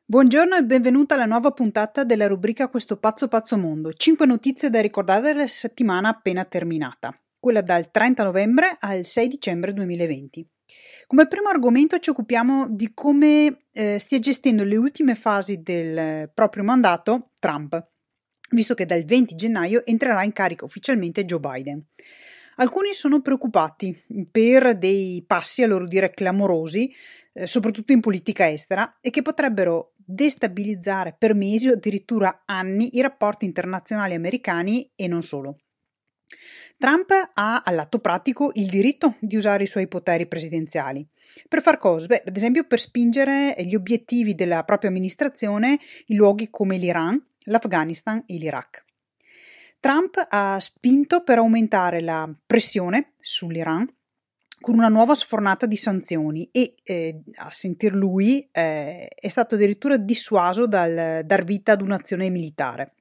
Buongiorno e benvenuta alla nuova puntata della rubrica Questo pazzo mondo. 5 notizie da ricordare della settimana appena terminata, quella dal 30 novembre al 6 dicembre 2020. Come primo argomento ci occupiamo di come stia gestendo le ultime fasi del proprio mandato Trump, visto che dal 20 gennaio entrerà in carica ufficialmente Joe Biden. Alcuni sono preoccupati per dei passi, a loro dire, clamorosi, soprattutto in politica estera, e che potrebbero destabilizzare per mesi o addirittura anni i rapporti internazionali americani e non solo. Trump ha all'atto pratico il diritto di usare i suoi poteri presidenziali. Per far cosa? Ad esempio per spingere gli obiettivi della propria amministrazione in luoghi come l'Iran, l'Afghanistan e l'Iraq. Trump ha spinto per aumentare la pressione sull'Iran con una nuova sfornata di sanzioni e, a sentir lui, è stato addirittura dissuaso dal dar vita ad un'azione militare.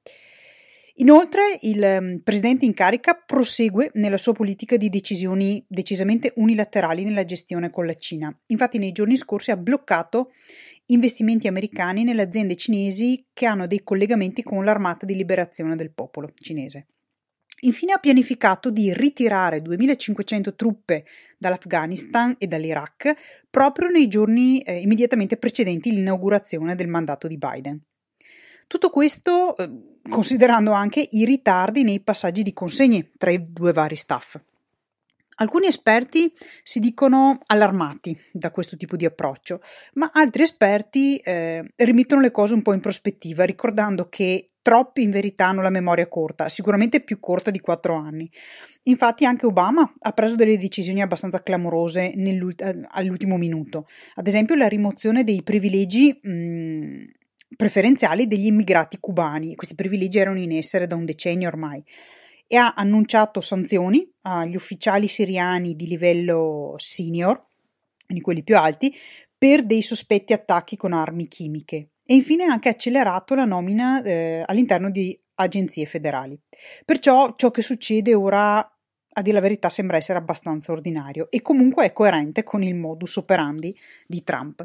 Inoltre il presidente in carica prosegue nella sua politica di decisioni decisamente unilaterali nella gestione con la Cina. Infatti nei giorni scorsi ha bloccato investimenti americani nelle aziende cinesi che hanno dei collegamenti con l'Armata di Liberazione del Popolo cinese. Infine ha pianificato di ritirare 2.500 truppe dall'Afghanistan e dall'Iraq proprio nei giorni immediatamente precedenti l'inaugurazione del mandato di Biden. Tutto questo considerando anche i ritardi nei passaggi di consegne tra i due vari staff. Alcuni esperti si dicono allarmati da questo tipo di approccio, ma altri esperti rimettono le cose un po' in prospettiva, ricordando che troppi in verità hanno la memoria corta, sicuramente più corta di 4 anni. Infatti anche Obama ha preso delle decisioni abbastanza clamorose all'ultimo minuto, ad esempio la rimozione dei privilegi preferenziali degli immigrati cubani. Questi privilegi erano in essere da un decennio ormai. E ha annunciato sanzioni agli ufficiali siriani di livello senior, quindi quelli più alti, per dei sospetti attacchi con armi chimiche. E infine ha anche accelerato la nomina all'interno di agenzie federali. Perciò ciò che succede ora, a dire la verità, sembra essere abbastanza ordinario e comunque è coerente con il modus operandi di Trump.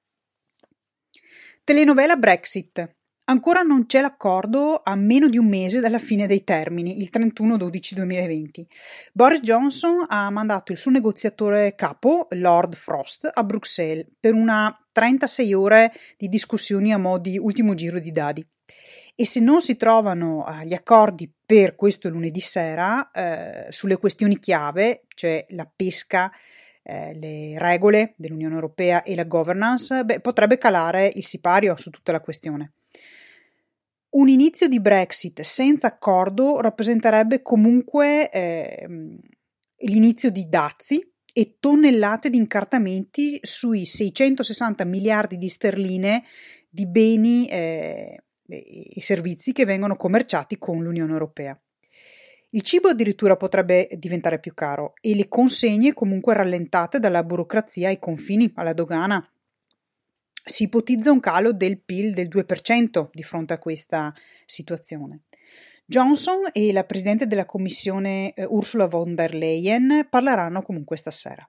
Telenovela Brexit. Ancora non c'è l'accordo a meno di un mese dalla fine dei termini, il 31/12/2020. Boris Johnson ha mandato il suo negoziatore capo, Lord Frost, a Bruxelles per una 36 ore di discussioni a mo' di ultimo giro di dadi. E se non si trovano gli accordi per questo lunedì sera sulle questioni chiave, cioè la pesca, le regole dell'Unione Europea e la governance, potrebbe calare il sipario su tutta la questione. Un inizio di Brexit senza accordo rappresenterebbe comunque l'inizio di dazi e tonnellate di incartamenti sui 660 miliardi di sterline di beni e servizi che vengono commerciati con l'Unione Europea. Il cibo addirittura potrebbe diventare più caro e le consegne comunque rallentate dalla burocrazia ai confini, alla dogana. Si ipotizza un calo del PIL del 2% di fronte a questa situazione. Johnson e la Presidente della Commissione Ursula von der Leyen parleranno comunque stasera.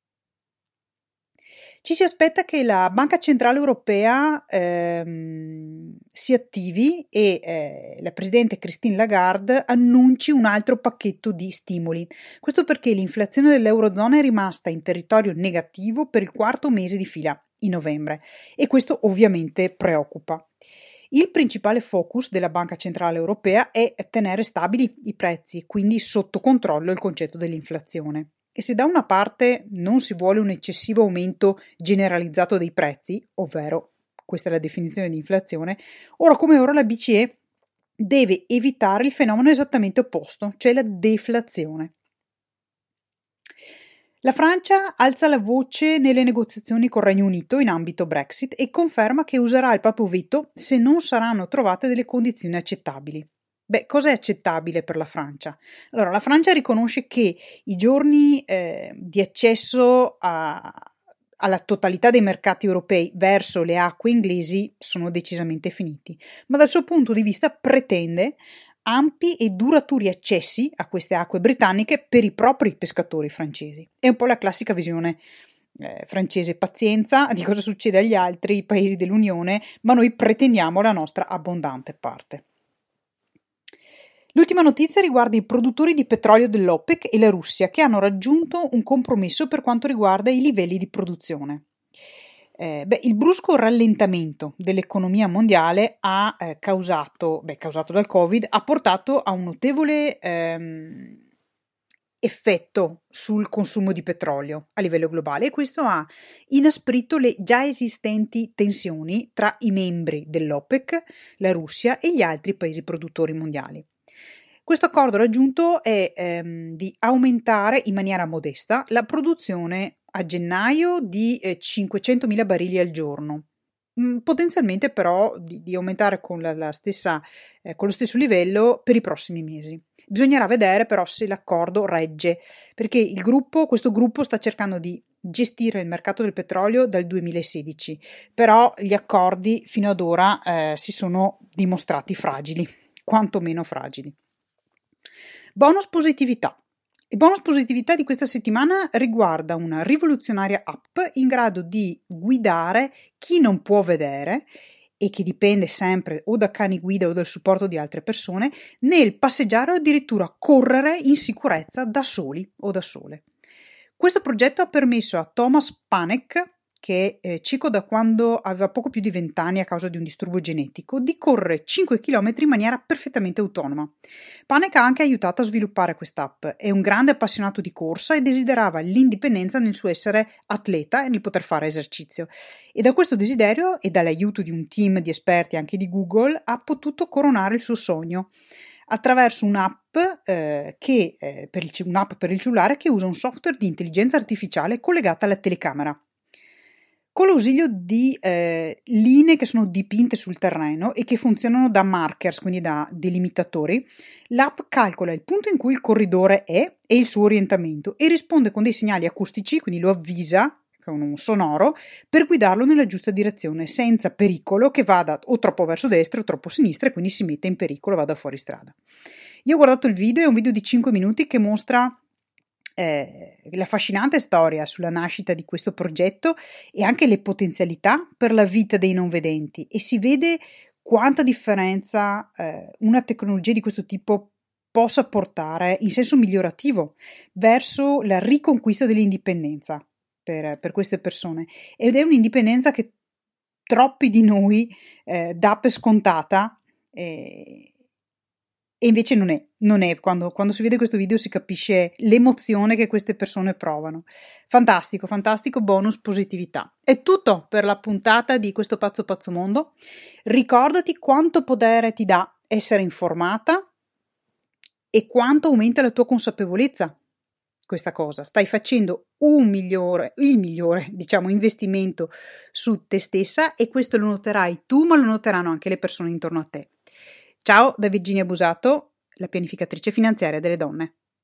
Ci si aspetta che la Banca Centrale Europea si attivi e la Presidente Christine Lagarde annunci un altro pacchetto di stimoli. Questo perché l'inflazione dell'Eurozona è rimasta in territorio negativo per il 4º mese di fila, in novembre, e questo ovviamente preoccupa. Il principale focus della Banca Centrale Europea è tenere stabili i prezzi, quindi sotto controllo il concetto dell'inflazione. E se da una parte non si vuole un eccessivo aumento generalizzato dei prezzi, ovvero, questa è la definizione di inflazione, ora come ora la BCE deve evitare il fenomeno esattamente opposto, cioè la deflazione. La Francia alza la voce nelle negoziazioni col Regno Unito in ambito Brexit e conferma che userà il proprio veto se non saranno trovate delle condizioni accettabili. Cosa è accettabile per la Francia? Allora, la Francia riconosce che i giorni di accesso alla totalità dei mercati europei verso le acque inglesi sono decisamente finiti, ma dal suo punto di vista pretende ampi e duraturi accessi a queste acque britanniche per i propri pescatori francesi. È un po' la classica visione francese pazienza di cosa succede agli altri paesi dell'Unione, ma noi pretendiamo la nostra abbondante parte. L'ultima notizia riguarda i produttori di petrolio dell'OPEC e la Russia, che hanno raggiunto un compromesso per quanto riguarda i livelli di produzione. Il brusco rallentamento dell'economia mondiale causato dal Covid ha portato a un notevole effetto sul consumo di petrolio a livello globale, e questo ha inasprito le già esistenti tensioni tra i membri dell'OPEC, la Russia e gli altri paesi produttori mondiali. Questo accordo raggiunto è di aumentare in maniera modesta la produzione a gennaio di 500.000 barili al giorno. Potenzialmente però di aumentare con lo stesso livello per i prossimi mesi. Bisognerà vedere però se l'accordo regge, perché questo gruppo sta cercando di gestire il mercato del petrolio dal 2016, però gli accordi fino ad ora si sono dimostrati fragili, quantomeno fragili. Bonus positività. Il bonus positività di questa settimana riguarda una rivoluzionaria app in grado di guidare chi non può vedere e che dipende sempre o da cani guida o dal supporto di altre persone nel passeggiare o addirittura correre in sicurezza da soli o da sole. Questo progetto ha permesso a Thomas Panek, che è cieco da quando aveva poco più di 20 anni a causa di un disturbo genetico, di correre 5 km in maniera perfettamente autonoma. Panek ha anche aiutato a sviluppare quest'app, è un grande appassionato di corsa e desiderava l'indipendenza nel suo essere atleta e nel poter fare esercizio. E da questo desiderio e dall'aiuto di un team di esperti anche di Google ha potuto coronare il suo sogno attraverso un'app per il cellulare che usa un software di intelligenza artificiale collegata alla telecamera. Con l'ausilio di linee che sono dipinte sul terreno e che funzionano da markers, quindi da delimitatori, l'app calcola il punto in cui il corridore è e il suo orientamento e risponde con dei segnali acustici, quindi lo avvisa con un sonoro, per guidarlo nella giusta direzione, senza pericolo che vada o troppo verso destra o troppo a sinistra e quindi si mette in pericolo e vada fuori strada. Io ho guardato il video, è un video di 5 minuti che mostra l'affascinante storia sulla nascita di questo progetto e anche le potenzialità per la vita dei non vedenti, e si vede quanta differenza una tecnologia di questo tipo possa portare in senso migliorativo verso la riconquista dell'indipendenza per queste persone, ed è un'indipendenza che troppi di noi dà per scontata, e invece non è. Quando si vede questo video si capisce l'emozione che queste persone provano. Fantastico, bonus positività. È tutto per la puntata di questo Pazzo Mondo. Ricordati quanto potere ti dà essere informata e quanto aumenta la tua consapevolezza questa cosa. Stai facendo il migliore, investimento su te stessa, e questo lo noterai tu, ma lo noteranno anche le persone intorno a te. Ciao da Virginia Busato, la pianificatrice finanziaria delle donne.